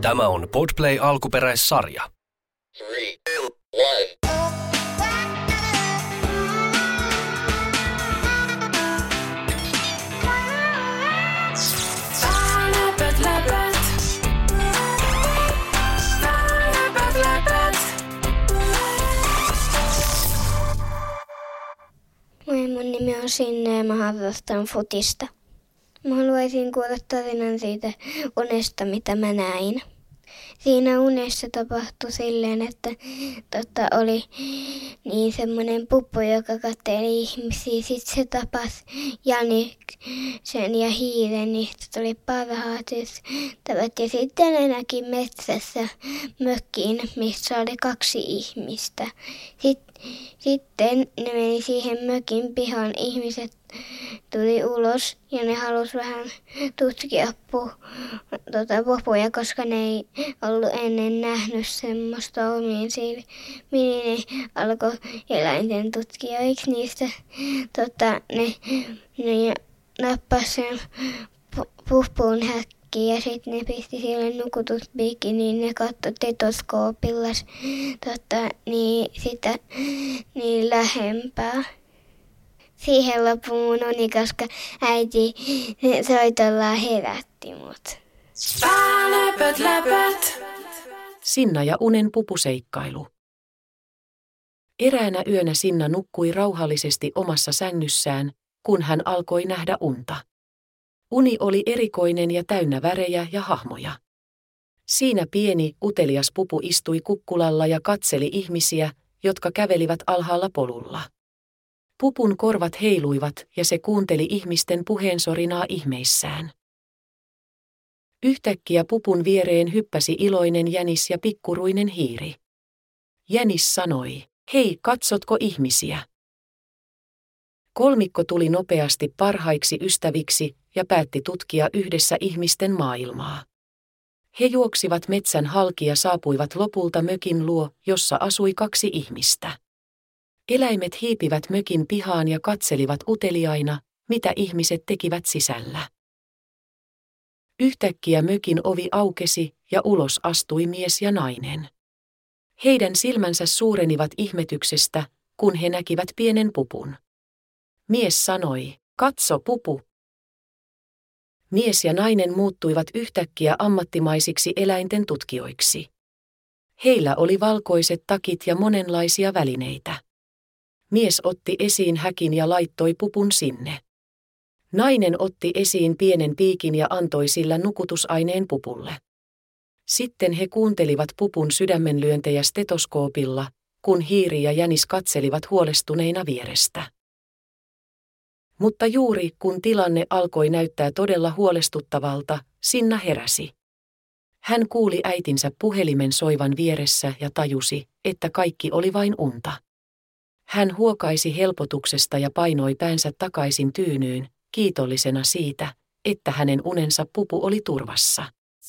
Tämä on Podplay alkuperäissarja. 3, 2, 1. Moi, mun nimi on Sinne ja mä harrastan futista. Mä haluaisin kuulla tarinan siitä unesta, mitä mä näin. Siinä unessa tapahtui silleen, että oli niin semmoinen pupu, joka katseli ihmisiä. Sitten se tapasi Janiksen ja hiiren, niistä tuli parhaat ystävät. Ja sitten ne näki metsässä mökkiin, missä oli 2 ihmistä. Sitten ne meni siihen mökin pihaan. Ihmiset tuli ulos ja ne halusi vähän tutkia pupuja, koska ne ei ollut ennen nähnyt semmoista omiin silmiin. Ne alkoi eläinten tutkijoiksi niistä. Ne nappasi sen pupun häkkiin ja sitten ne pisti sille nukutuspiikin, niin ne katsoi stetoskoopilla sitä niin lähempää. Siihen loppui mun uni, koska äiti soitollaan herätti mut. Sinna ja unen pupuseikkailu. Eräänä yönä Sinna nukkui rauhallisesti omassa sängyssään, kun hän alkoi nähdä unta. Uni oli erikoinen ja täynnä värejä ja hahmoja. Siinä pieni, utelias pupu istui kukkulalla ja katseli ihmisiä, jotka kävelivät alhaalla polulla. Pupun korvat heiluivat ja se kuunteli ihmisten puheensorinaa ihmeissään. Yhtäkkiä pupun viereen hyppäsi iloinen jänis ja pikkuruinen hiiri. Jänis sanoi, hei, katsotko ihmisiä? Kolmikko tuli nopeasti parhaiksi ystäviksi ja päätti tutkia yhdessä ihmisten maailmaa. He juoksivat metsän halki ja saapuivat lopulta mökin luo, jossa asui 2 ihmistä. Eläimet hiipivät mökin pihaan ja katselivat uteliaina, mitä ihmiset tekivät sisällä. Yhtäkkiä mökin ovi aukesi ja ulos astui mies ja nainen. Heidän silmänsä suurenivat ihmetyksestä, kun he näkivät pienen pupun. Mies sanoi, katso pupu. Mies ja nainen muuttuivat yhtäkkiä ammattimaisiksi eläinten tutkijoiksi. Heillä oli valkoiset takit ja monenlaisia välineitä. Mies otti esiin häkin ja laittoi pupun sinne. Nainen otti esiin pienen piikin ja antoi sillä nukutusaineen pupulle. Sitten he kuuntelivat pupun sydämenlyöntejä stetoskoopilla, kun hiiri ja jänis katselivat huolestuneina vierestä. Mutta juuri kun tilanne alkoi näyttää todella huolestuttavalta, Sinna heräsi. Hän kuuli äitinsä puhelimen soivan vieressä ja tajusi, että kaikki oli vain unta. Hän huokaisi helpotuksesta ja painoi päänsä takaisin tyynyyn, kiitollisena siitä, että hänen unensa pupu oli turvassa.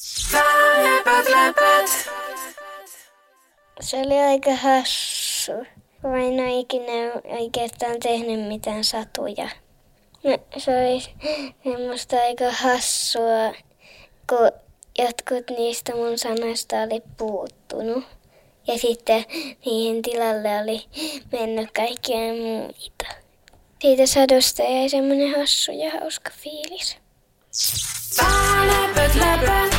Se oli aika hassu. Mä en ole ikinä oikeastaan tehnyt mitään satuja. Se oli semmoista aika hassua, kun jotkut niistä mun sanoista oli puuttunut. Ja sitten niihin tilalle oli mennyt kaikkia muita. Siitä sadusta jäi semmoinen hassu ja hauska fiilis.